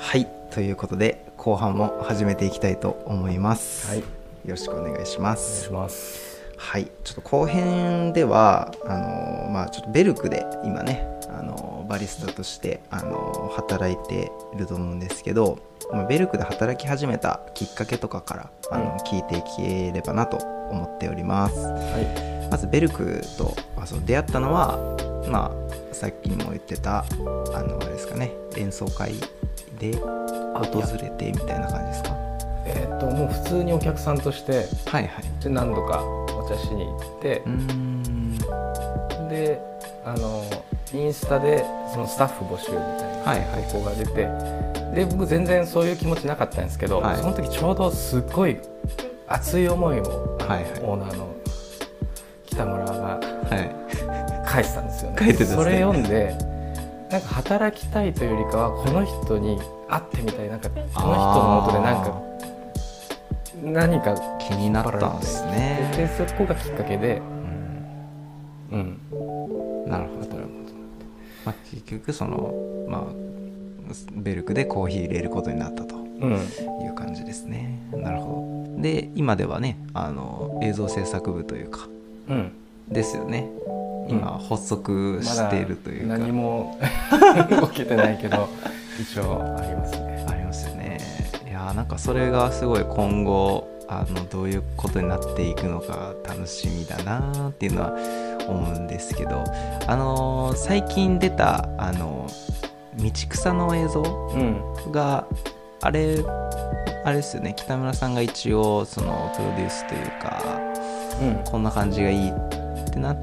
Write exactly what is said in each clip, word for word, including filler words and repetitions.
はい、ということで後半も始めていきたいと思います。 はい、 よろしくお願いしまお願いす。 します。 はい、ちょっと後編ではあのまあちょっとベルクで今ねあのバリスタとしてあの働いていると思うんですけど、まあベルクで働き始めたきっかけとかからあの、うん、聞いていければなと思っております。はい、まずベルクとあそう出会ったのは、まあさっきにも言ってたあのあれですかね、演奏会で訪れてみたいな感じですか？ えー、っともう普通にお客さんとしてはいはい、 何度かお茶しに行って、うーんであのインスタでそのスタッフ募集みたいな投稿が出て、はいはい、で僕全然そういう気持ちなかったんですけど、はい、その時ちょうどすっごい熱い思いを、はいはい、オーナーの北村が書いてたんですよね。はい、それ読んでなんか働きたいというよりかはこの人に会ってみたい、なんかこの人のもとでなんか何か気になったんですね。 でそこがきっかけで、うん、 うん、なるほど。まあ、結局そのまあベルクでコーヒー入れることになったという感じですね。うん、なるほど。で今ではねあの映像制作部というか、うん、ですよね。今発足しているというか、 まだ何も動けてないけど一応ありますね。 ありますよね。いやなんかそれがすごい今後あのどういうことになっていくのか楽しみだなっていうのは思うんですけど、あのー、最近出たあの道草の映像が、うん、あれあれですよね。北村さんが一応そのプロデュースというか、うん、こんな感じがいいってなって、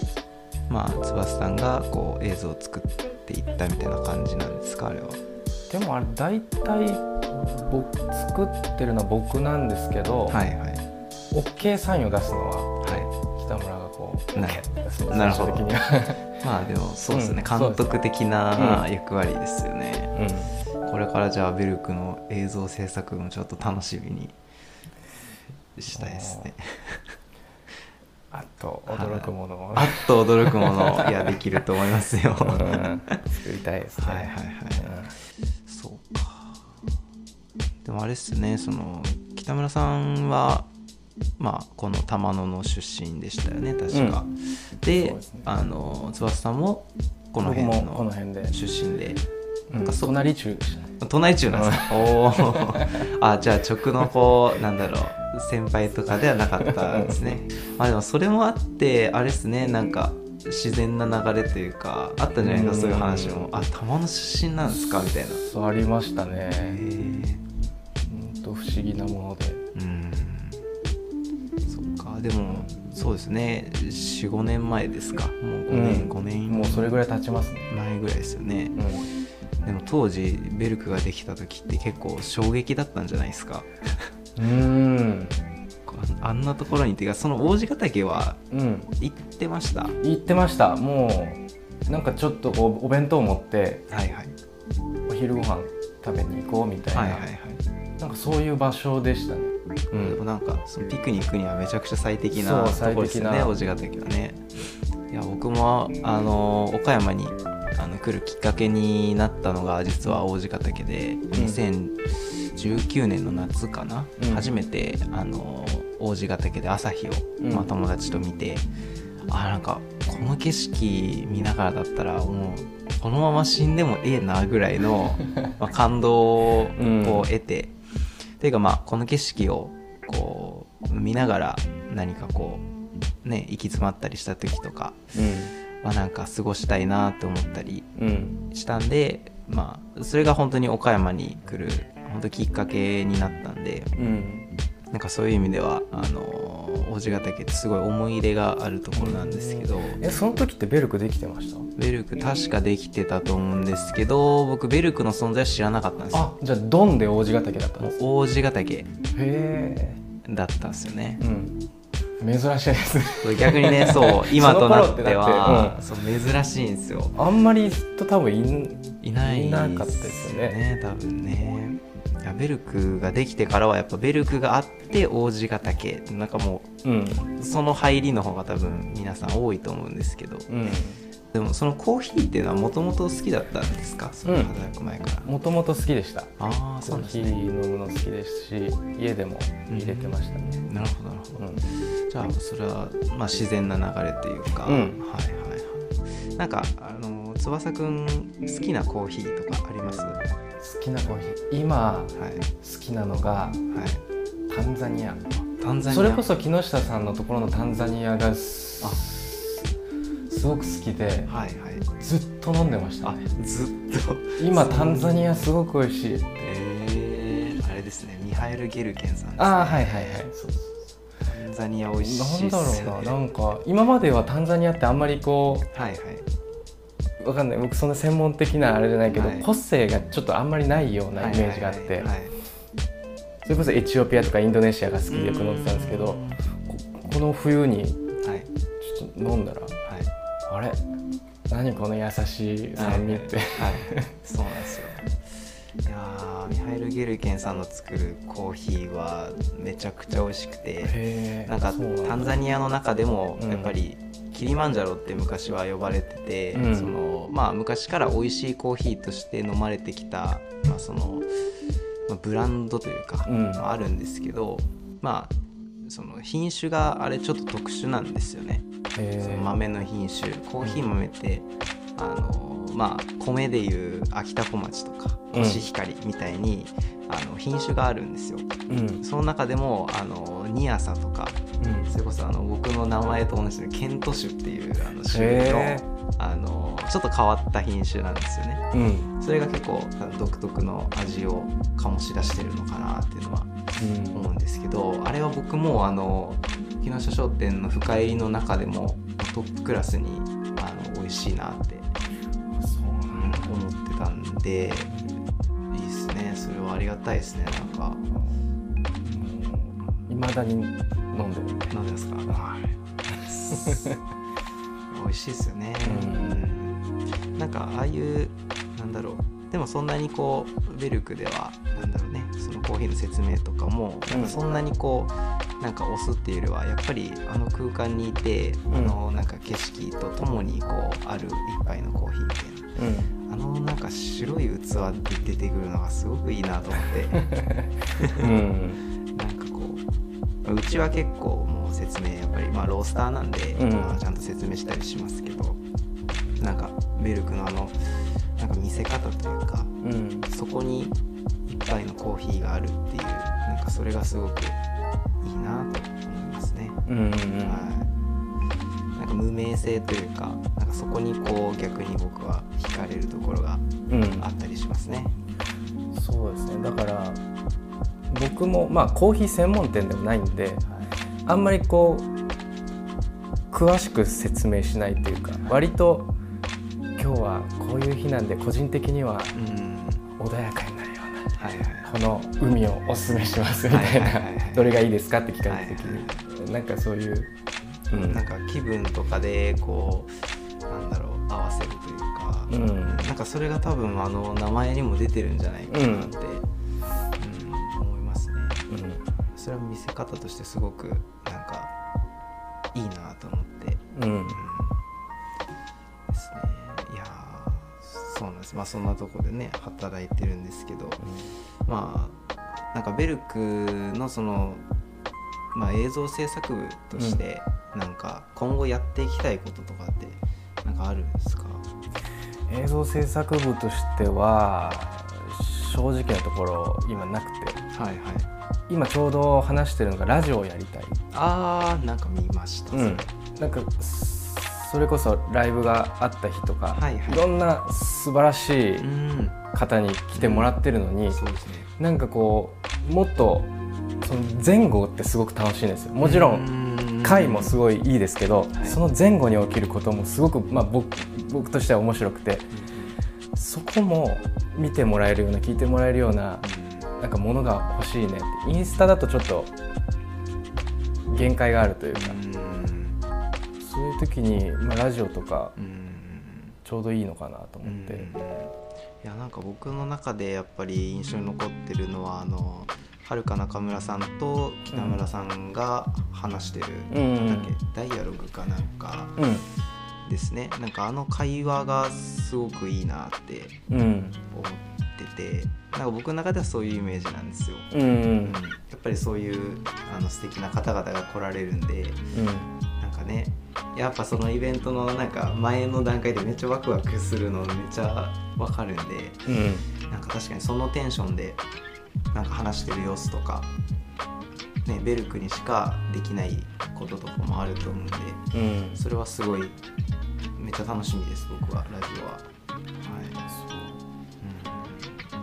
まあ翼さんがこう映像を作っていったみたいな感じなんですか、あれは。 でもあれ大体僕作ってるのは僕なんですけど、はいはい、OK サインを出すのは、はい、北村がこうなるほどまあでもそうですね、うん、監督的な役割ですよね。うんうん、これからじゃあベルクの映像制作もちょっと楽しみにしたいですね。 あっと驚くものをあっと驚くものをいやできると思いますよ。うん、 作りたいですね。はいはいはい、うん、 そうか。でもあれですね、その北村さんはまあこの玉野の出身でしたよね確か。うん、で、でね、あの翼さんもこの辺の出身で、 なんか隣中でしたね。 隣中なんですか。おお。あ、じゃあ直のこうなんだろう。先輩とかではなかったんですね。まあでもそれもあってあれですね、なんか自然な流れというかあったんじゃないですか、そういう話も。あ、玉野出身なんですかみたいな。 そうありましたね。うんと不思議なもので。うん。 そっか。でもそうですね、よん、ごねんまえですか。もうごねん、うん、ごねんもうそれぐらい経ちますね。 前ぐらいですよね。うん、でも当時ベルクができた時って結構衝撃だったんじゃないですか。うーん、あんなところにっていうか、その王子ヶ岳は行ってました、 うん、行ってました。もうなんかちょっとこうお弁当を持って、はいはい、お昼ご飯食べに行こうみたいな、はいはいはい、なんかそういう場所でしたね。 うん、でもなんかそのピクニックにはめちゃくちゃ最適なところですよね、王子ヶ岳はね。いや僕もあの岡山にあの来るきっかけになったのが実は王子ヶ岳で、うん、にせんじゅうきゅうねんの夏かな、うん、初めてあの王子ヶ岳で朝日を、うんまあ、友達と見て、あなんかこの景色見ながらだったらもうこのまま死んでもええなぐらいのまあ感動をこう得て、うん、ていうかまあこの景色をこう見ながら何かこうね行き詰まったりした時とか、うんまあ、なんか過ごしたいなって思ったりしたんで、うん、まあそれが本当に岡山に来る本当きっかけになったんで、うん、なんかそういう意味ではあの王子ヶ岳ってすごい思い入れがあるところなんですけど。 えその時ってベルクできてました？ ベルク確かできてたと思うんですけど、僕ベルクの存在は知らなかったんですよ。 あ、じゃあドンで王子ヶ岳だったんですか？ 王子ヶ岳だったんですよね。 うん、珍しいですね。 逆にね、そう今となってはって、うん、そう珍しいんですよ。 あんまり人多分 い, いないいなかったですよね。 多分ね。いやベルクができてからはやっぱベルクがあって王子ヶ岳なんかもう、うん、その入りの方が多分皆さん多いと思うんですけど、うん、 でもそのコーヒーっていうのはもともと好きだったんですか、その働く前から。 もともと好きでした。 ああ、そうですね。 コーヒー飲むの好きですし、家でも入れてましたね。 うん、なるほどなるほど、うん、じゃあそれはまあ自然な流れというか、うん、はいはいはい。なんかあの翼くん好きなコーヒーとかあります？ 好きなコーヒー今、はい、好きなのが、はい、タンザニア。タンザニア、それこそ木下さんのところのタンザニアがすごく好きで、はいはい、ずっと飲んでましたね。 あ、ずっと今タンザニアすごく美味しい。 えー、あれですね、ミハエル・ゲルケンさんですね。 あ、はいはいはい、そうタンザニア美味しいっすね。 なんだろうな、なんか今まではタンザニアってあんまりこう、はいはい、わかんない、僕そんな専門的なあれじゃないけど、はい、個性がちょっとあんまりないようなイメージがあって、はいはいはいはい、それこそエチオピアとかインドネシアが好きでよく飲んでたんですけど、 こ, この冬にちょっと飲んだら、はい、あれ何この優しい酸味って、はいはいはい、 そうなんですよ。いやミハエル・ゲルケンさんの作るコーヒーはめちゃくちゃ美味しくて、なんかタンザニアの中でもやっぱり、うん、キリマンジャロって昔は呼ばれてて、うん、そのまあ、昔から美味しいコーヒーとして飲まれてきた、まあ、そのブランドというか、うん、あるんですけど、まあその品種があれちょっと特殊なんですよね。その豆の品種、コーヒー豆ってあの、まあ、米でいう秋田小町とかコシヒカリみたいに、うん、あの品種があるんですよ、うん、その中でもあのニアサとか、うん、それこそあの僕の名前と同じでケント種っていうあの種類の、あのちょっと変わった品種なんですよね、うん、それが結構独特の味を醸し出してるのかなっていうのは思うんですけど、うん、あれは僕もあの木下商店の深入りの中でもトップクラスにあの美味しいなって思ってたんで、いいですね。それはありがたいですね。なんかいまだに飲んでる飲んでますか？美味しいですよね、うん、なんかああいうなんだろう、でもそんなにこうベルクではなんだろうね、そのコーヒーの説明とかもなんかそんなにこうなんか押すっていうよりはやっぱりあの空間にいて、うん、あのなんか景色とともにこうある一杯のコーヒーみたいな、うん、あのなんか白い器で出てくるのがすごくいいなと思って、うん、なんかこううちは結構もう説明やっぱりまあロースターなんで、うん、まあ、ちゃんと説明したりしますけど、なんかベルクのあのなんか見せ方というか、うん、そこに一杯のコーヒーがあるっていうなんかそれがすごくいいなと思いますね、うんうんうん、はい、なんか無名性というか、なんかそこにこう逆に僕は惹かれるところがあったりしますね、 うん、そうですね。だから僕もまあコーヒー専門店でもないんで、はい、あんまりこう詳しく説明しないというか、割と今日はこういう日なんで個人的には穏やかになるような、はいはい、この海をおすすめしますみたいな、はいはいはいはい、どれがいいですかって聞かれた時に、はいはい、なんかそういう、 うん、なんか気分とかでこうなんだろう合わせるというか、うん、なんかそれが多分あの名前にも出てるんじゃないかなって、うんうん、思いますね、うん、それは見せ方としてすごくなんかいいなと思って、うんうん、ですね。いやそうなんです。まあそんなとこでね働いてるんですけど、うん、まあなんかベルクのそのまあ映像制作部としてなんか今後やっていきたいこととかってなんかあるんですか？ 映像制作部としては正直なところ今なくて、はいはい、今ちょうど話してるのがラジオをやりたい。 あーなんか見ました、うん、 なんかそれこそライブがあった日とか、はいはい、いろんな素晴らしい方に来てもらってるのに、うん、そうですね、なんかこうもっとその前後ってすごく楽しいんですよ。もちろん回もすごいいいですけど、はい、その前後に起きることもすごく、まあ、僕, 僕としては面白くて、うん、そこも見てもらえるような聞いてもらえるような、うん、なんかものが欲しいねって。インスタだとちょっと限界があるというか、うん、そういう時に、まあ、ラジオとかちょうどいいのかなと思って、うん、いやなんか僕の中でやっぱり印象に残ってるのはあのはるか中村さんと北村さんが話してる、うん、なんだっけダイアログかなんかですね。なんかあの会話がすごくいいなって思ってて、うん、なんか僕の中ではそういうイメージなんですよ、うんうん、やっぱりそういうあの素敵な方々が来られるんで、うん、なんかねやっぱそのイベントのなんか前の段階でめっちゃワクワクするのめっちゃわかるんで、うん、なんか確かにそのテンションでなんか話してる様子とか、ね、ベルクにしかできないこととかもあると思うんで、うん、それはすごいめっちゃ楽しみです僕はラジオは。はい、 そう、うん、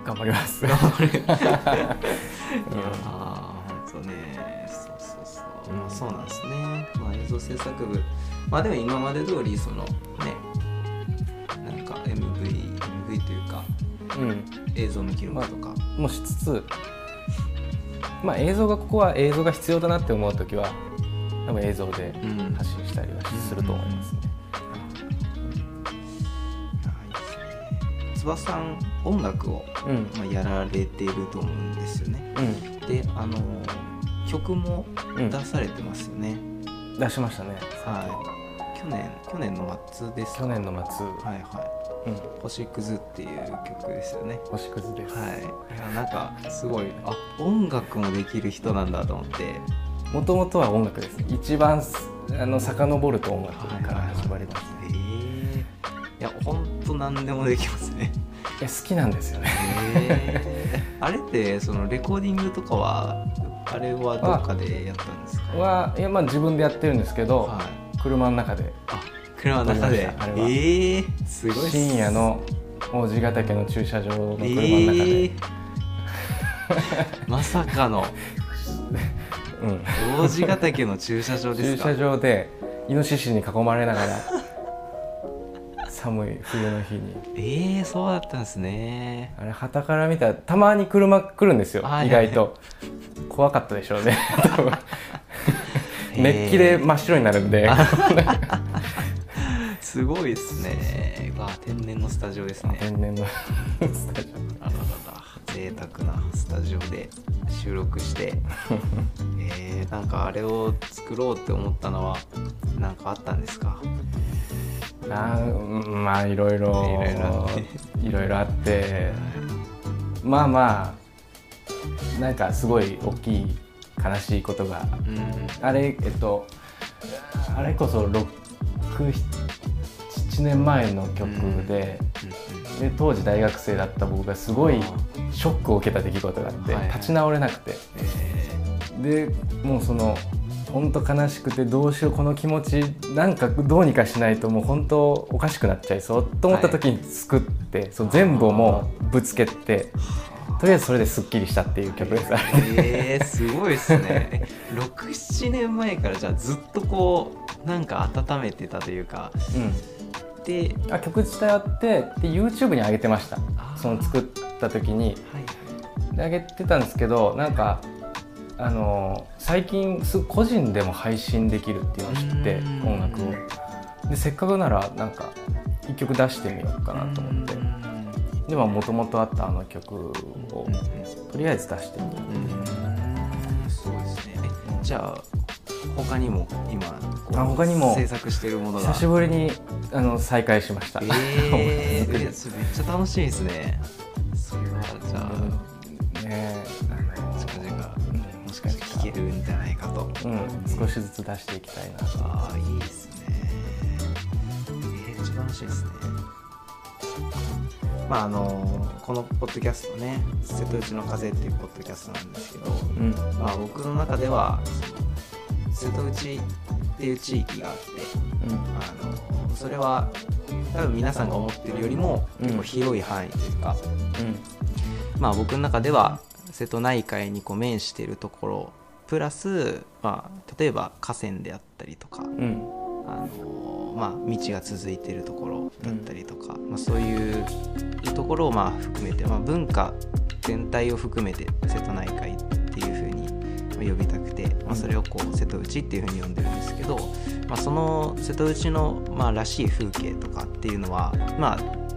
頑張ります。 頑張る。いやあ本当ね、そうそうそう、うん、まあ、そうなんですね。まあ映像制作部、まあでも今まで通りそのね、なんか エムブイ、エムブイ というか、うん、映像の記録とか、まあ、もしつつ、まあ映像がここは映像が必要だなって思うときは、多分映像で発信したりはすると思いますね。 翼さん音楽を、うん、まあ、やられていると思うんですよね、うん、であの曲も出されてますよね、 うん、出しましたね、 はい、去年去年の末ですか。 去年の末、 はいはい、うん、星屑っていう曲ですよね。 星屑です。 はい。いやなんかすごい、あ、音楽もできる人なんだと思って。 もともとは音楽です。一番あの遡ると音楽から始まりますね。はいはいはい、 えー、いや本当何でもできますね。 いや好きなんですよね。 えー、あれってそのレコーディングとかはあれはどっかでやったんですか。 はいやまあ自分でやってるんですけど、はい、車の中で。 あ車の中で。あれはえー、すごい。 深夜の王子ヶ岳の駐車場の車の中で。えー、 まさかの。うん、王子ヶ岳の駐車場ですか。 駐車場でイノシシに囲まれながら寒い冬の日に。 えー、そうだったんですね。 あれ傍から見たらたまに車来るんですよ、はいはい、意外と怖かったでしょうね多分熱気で真っ白になるんで、えー、 すごいですね。わ天然のスタジオですね。 天然のスタジオ。 あららら贅沢なスタジオで収録してえー、なんかあれを作ろうって思ったのは何かあったんですか。 あまあいろいろいろいろあってまあまあなんかすごい大きい悲しいことが、うん、あれえっとあれこそろく、ななねんまえの曲で、うん、で当時大学生だった僕がすごいショックを受けた出来事があって、はいはい、立ち直れなくて、えー、でもうその本当悲しくてどうしようこの気持ちなんかどうにかしないともう本当おかしくなっちゃいそうと思った時に作って、はい、その全部をもうぶつけてとりあえずそれですっきりしたっていう曲です。 えー、すごいですね。ろく、ななねんまえからじゃあずっとこうなんか温めてたというか、うん、であ曲自体あってで YouTube に上げてました。その作った時に、はい、で上げてたんですけどなんかあの最近す個人でも配信できるっていうのを知って音楽をでせっかくならなんか一曲出してみようかなと思ってでももともとあったあの曲をとりあえず出してみたっていう。 そうですね。じゃあ他にも今こうあ他にも制作しているものが久しぶりにあの再開しました。 えー、めっちゃ楽しいですね。それはじゃあね近々もしかして聴けるんじゃないかと、 うん、少しずつ出していきたいなと。 ああいいですね。えー、めっちゃ楽しいですね。まああのこのポッドキャストね瀬戸内の風っていうポッドキャストなんですけど、うんまあ、僕の中では瀬戸内っていう地域があって、うん、あのそれは多分皆さんが思ってるよりも結構広い範囲というか、うん、まあ僕の中では瀬戸内海にこう面しているところプラス、まあ、例えば河川であったりとか、うんあのまあ、道が続いているところだったりとか、うんまあ、そういうところをまあ含めて、まあ、文化全体を含めて瀬戸内海っていう風に呼びたくて、まあ、それをこう瀬戸内っていう風に呼んでるんですけど、まあ、その瀬戸内のまあらしい風景とかっていうのは、まあ、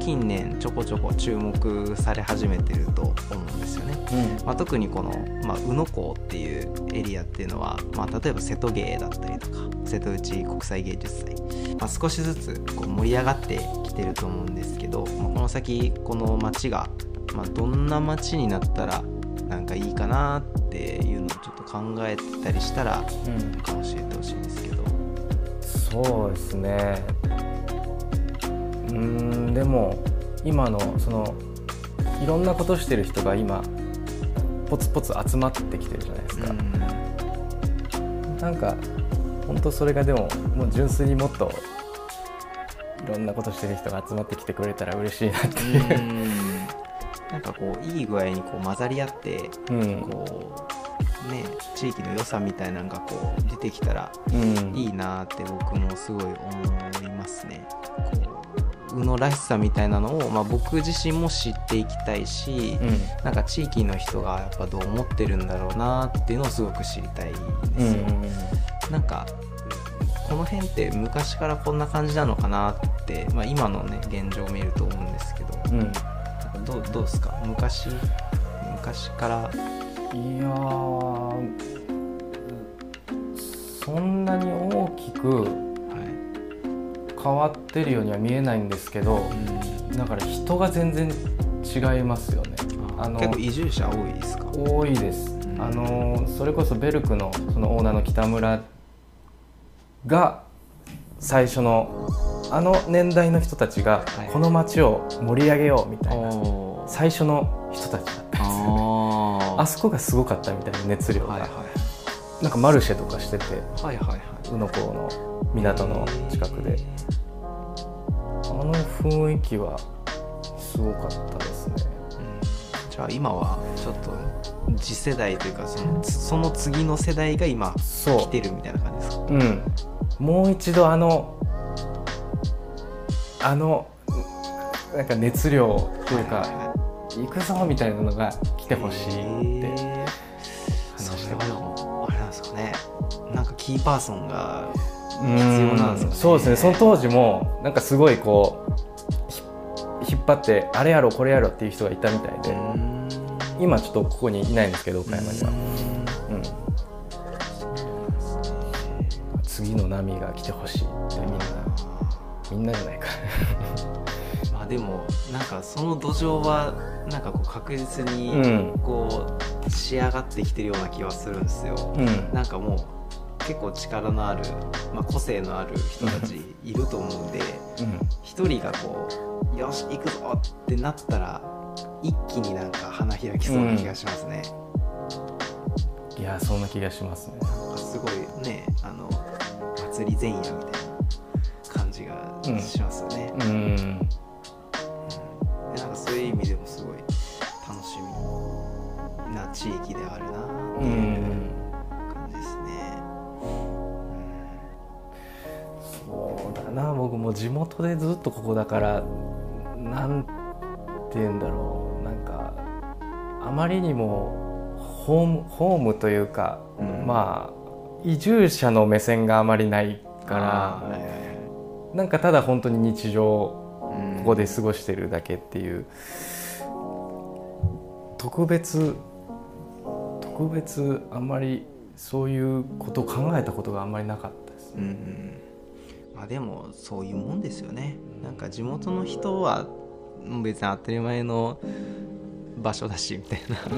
近年ちょこちょこ注目され始めてると思うんですよね、うんまあ、特にこの、まあ、宇野港っていうエリアっていうのは、まあ、例えば瀬戸芸だったりとか瀬戸内国際芸術祭、まあ、少しずつこう盛り上がってきてると思うんですけど、まあ、この先この街が、まあ、どんな街になったらなんかいいかなっていうのをちょっと考えてたりしたら、うん、教えてほしいんですけど。 そうですね、うーんでも今のそのいろんなことしてる人が今ポツポツ集まってきてるじゃないですか、うん、なんか本当それがでももう純粋にもっといろんなことしてる人が集まってきてくれたら嬉しいなっていう、うんなんかこういい具合にこう混ざり合って、うん、こうね地域の良さみたいなのがこう出てきたらいいなって僕もすごい思いますね。こう宇野らしさみたいなのを、まあ、僕自身も知っていきたいし、うん、なんか地域の人がやっぱどう思ってるんだろうなっていうのをすごく知りたいですよ、うん、なんかこの辺って昔からこんな感じなのかなって、まあ、今のね現状を見ると思うんですけど、うんどう、どうですか昔昔からいやーそんなに大きく変わってるようには見えないんですけど、はい、だから人が全然違いますよね。 あの結構移住者多いですか？ 多いです、うん、あのそれこそベルクのそのオーナーの北村が最初のあの年代の人たちがこの街を盛り上げようみたいな最初の人たちだったんですよね。あそこがすごかったみたいな熱量が、はいはい、なんかマルシェとかしてて、はいはいはい、宇野港の港の近くであの雰囲気はすごかったですね、 うん、じゃあ今はちょっと次世代というかその、その次の世代が今来てるみたいな感じですか？ うん、もう一度あのあのなんか熱量というか、はいはいはい、行くぞみたいなのが来てほしいって話してました。 あれなんですかね、なんかキーパーソンが必要なんですかね。 そうですね、その当時もなんかすごいこう引っ張ってあれやろこれやろっていう人がいたみたいで、今ちょっとここにいないんですけど岡山には、うん、次の波が来てほしいってみんなみんなじゃないかまあでもなんかその土壌はなんかこう確実にこう仕上がってきてるような気はするんですよ、うん、なんかもう結構力のある、まあ、個性のある人たちいると思うんで一、うん、人がこうよし行くぞってなったら一気になんか花開きそうな気がしますね、 うん、いやそんな気がしますね。 すごいねあの祭り前夜みたいな感じがしますよね、うんうん、なんかそういう意味でもすごい楽しみな地域であるなっていう感じですね、 うん、そうだな。僕も地元でずっとここだからなんて言うんだろう、なんかあまりにもホーム、ホームというか、うん、まあ移住者の目線があまりないから、はいはいはい、なんかただ本当に日常ここで過ごしてるだけっていう、うん、特別特別あんまりそういうことを考えたことがあんまりなかったです、うんうん、 まあ、でもそういうもんですよね。なんか地元の人は別に当たり前の場所だしみたいな、うん、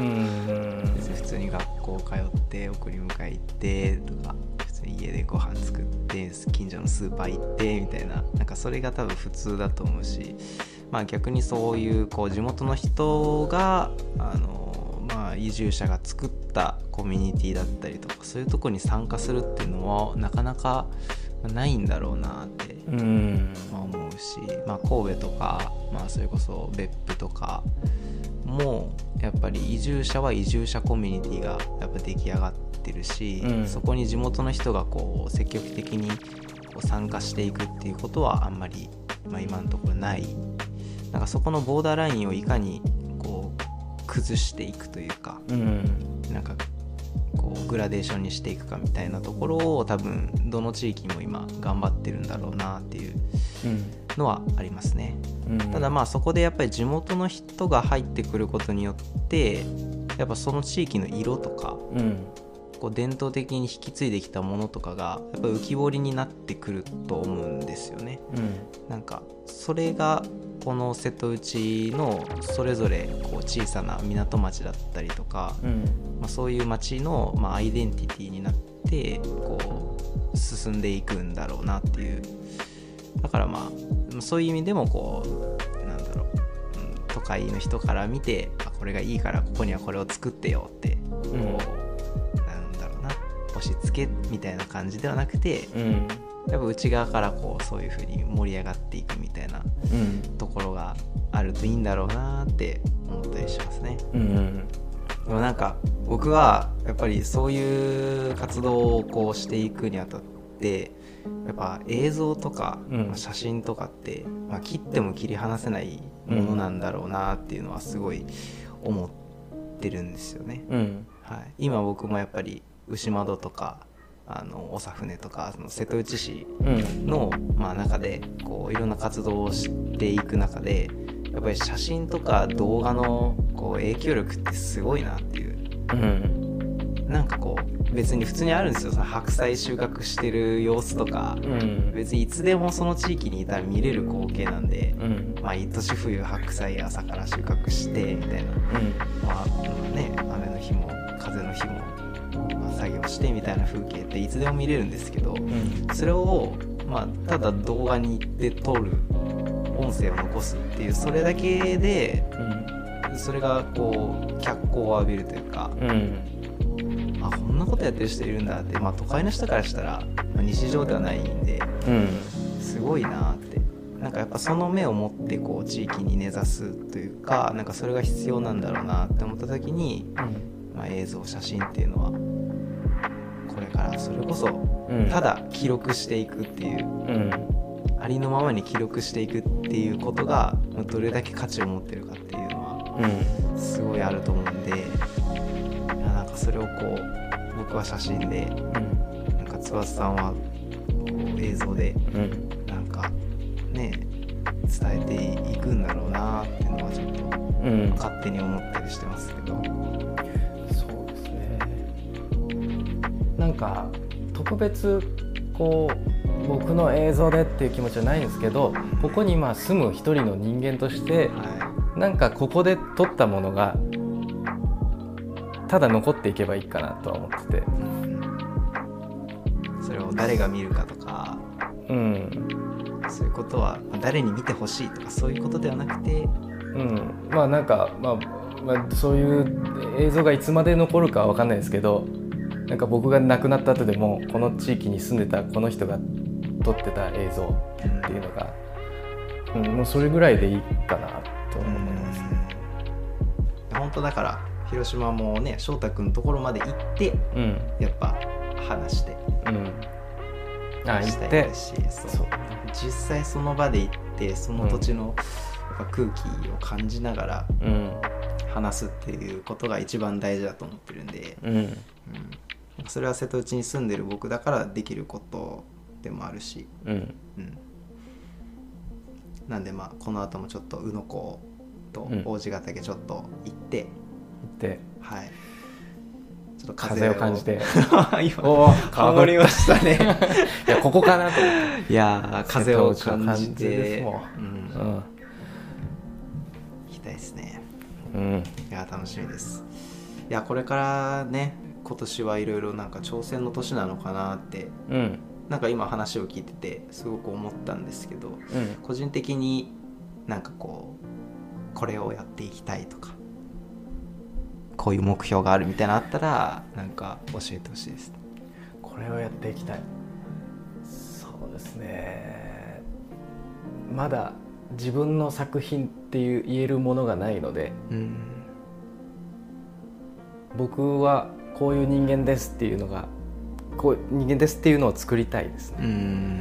普通に学校通って送り迎え行ってとか普通に家でご飯作って近所のスーパー行ってみたいな、なんかそれが多分普通だと思うし、まあ、逆にそういうこう地元の人があの、まあ、移住者が作ったコミュニティだったりとかそういうとこに参加するっていうのはなかなかないんだろうなって思うし、まあ、神戸とか、まあ、それこそ別府とかもやっぱり移住者は移住者コミュニティがやっぱ出来上がってるし、うん、そこに地元の人がこう積極的にこう参加していくっていうことはあんまり、まあ、今のところない。なんかそこのボーダーラインをいかにこう崩していくというか、うん、なんかこうグラデーションにしていくかみたいなところを多分どの地域も今頑張ってるんだろうなっていうのはありますね、うん、ただまあそこでやっぱり地元の人が入ってくることによってやっぱその地域の色とか、うん、こう伝統的に引き継いできたものとかがやっぱ浮き彫りになってくると思うんですよね、うん、なんかそれがこの瀬戸内のそれぞれこう小さな港町だったりとか、うんまあ、そういう町のまあアイデンティティになってこう進んでいくんだろうなっていう。だからまあそういう意味でもこうなんだろう、うん、都会の人から見てあこれがいいからここにはこれを作ってよってこう、うん、なんだろうな押し付けみたいな感じではなくて、うん、やっぱ内側からこうそういう風に盛り上がっていくみたいなところがあるといいんだろうなって思ったりしますね、うんうん、でもなんか僕はやっぱりそういう活動をこうしていくにあたってやっぱ映像とか、うんまあ、写真とかって、まあ、切っても切り離せないものなんだろうなっていうのはすごい思ってるんですよね、うんはい、今僕もやっぱり牛窓とかあの長船とかその瀬戸内市の、うんまあ、中でこういろんな活動をしていく中でやっぱり写真とか動画のこう影響力ってすごいなっていう、うん、なんかこう別に普通にあるんですよ。その白菜収穫してる様子とか、うん、別にいつでもその地域にいたら見れる光景なんで、うん、まあ年冬白菜朝から収穫してみたいな、うんまあね、雨の日も風の日も、まあ、作業してみたいな風景っていつでも見れるんですけど、うん、それを、まあ、ただ動画に行って撮る音声を残すっていうそれだけで、うん、それがこう脚光を浴びるというか、うんあこんなことやってる人いるんだって、まあ、都会の人からしたら、まあ、日常ではないんで、うん、すごいなってなんかやっぱその目を持ってこう地域に根ざすというかなんかそれが必要なんだろうなって思った時に、うんまあ、映像写真っていうのはこれからそれこそただ記録していくっていう、うん、ありのままに記録していくっていうことがどれだけ価値を持ってるかっていうのはすごいあると思うんでなんかそれをこう僕は写真で、うん、なんか翼さんはこう映像で、うん、なんかね伝えていくんだろうなっていうのはちょっと、うん、勝手に思ったりしてますけど。 そうですね。なんか特別こう僕の映像でっていう気持ちはないんですけど、ここに今住む一人の人間として、はい、なんかここで撮ったものがただ残っていけばいいかなとは思ってて、 それを誰が見るかとか、うん、そういうことは誰に見てほしいとかそういうことではなくて、うん、まあなんか、まあまあ、そういう映像がいつまで残るかは分かんないですけど、なんか僕が亡くなった後でもこの地域に住んでたこの人が撮ってた映像っていうのが、うんうん、もうそれぐらいでいいかなと思いますね。 本当だから広島もね翔太君のところまで行って、うん、やっぱ話して、うん、あ行ってしそうそう実際その場で行ってその土地のやっぱ空気を感じながら話すっていうことが一番大事だと思ってるんで、うんうん、それは瀬戸内に住んでる僕だからできることでもあるし、うんうん、なんでまあこの後もちょっと宇野港と王子ヶ岳ちょっと行って、うんではい、 ちょっと風を感じて今おハモりましたねいやここかなと思っていや風を感じてもう、うんうん、行きたいですね、うん、いや楽しみです。いやこれからね今年はいろいろなんか挑戦の年なのかなって、うん、なんか今話を聞いててすごく思ったんですけど、うん、個人的になんかこうこれをやっていきたいとかこういう目標があるみたいなのあったらなんか教えてほしいです。 これをやっていきたい。そうですね。まだ自分の作品っていう言えるものがないので、うん、僕はこういう人間ですっていうのがこう人間ですっていうのを作りたいですね。うん、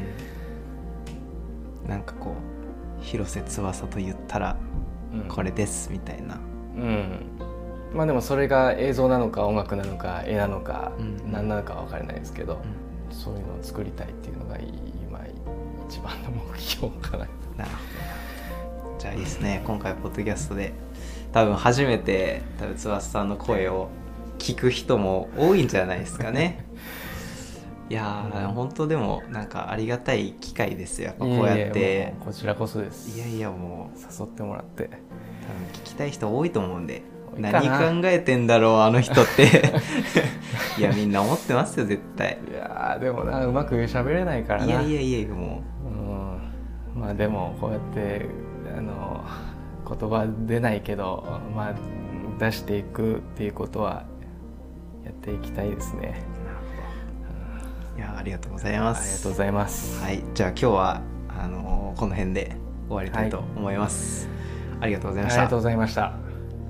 なんかこう広瀬翼と言ったらこれですみたいな。うん、うんまあでもそれが映像なのか音楽なのか絵なのか何なのかは分からないですけど、うん、そういうのを作りたいっていうのが今一番の目標かな。 なるほど。じゃあいいですね。今回ポッドキャストで多分初めて多分翼さんの声を聞く人も多いんじゃないですかね。いやー、本当でもなんかありがたい機会ですよ。やっぱこうやって。 いやいやこちらこそです。 いやいやもう誘ってもらって。多分聞きたい人多いと思うんで。何考えてんだろうあの人っていやみんな思ってますよ絶対。 いやでもなうまく喋れないからな。 いやいやいやもう、 うん、まあでもこうやってあの言葉出ないけど、まあ、出していくっていうことはやっていきたいですね。なるほど、うん、いやありがとうございます。 ありがとうございます。 はい、じゃあ今日はあのこの辺で終わりたいと思います、はい、ありがとうございました。 ありがとうございました。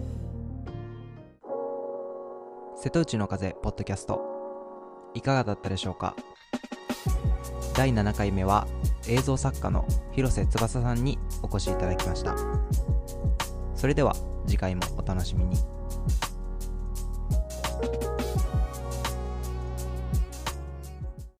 瀬戸内の風ポッドキャストいかがだったでしょうか。だいななかいめは映像作家の広瀬翼さんにお越しいただきました。それでは次回もお楽しみに。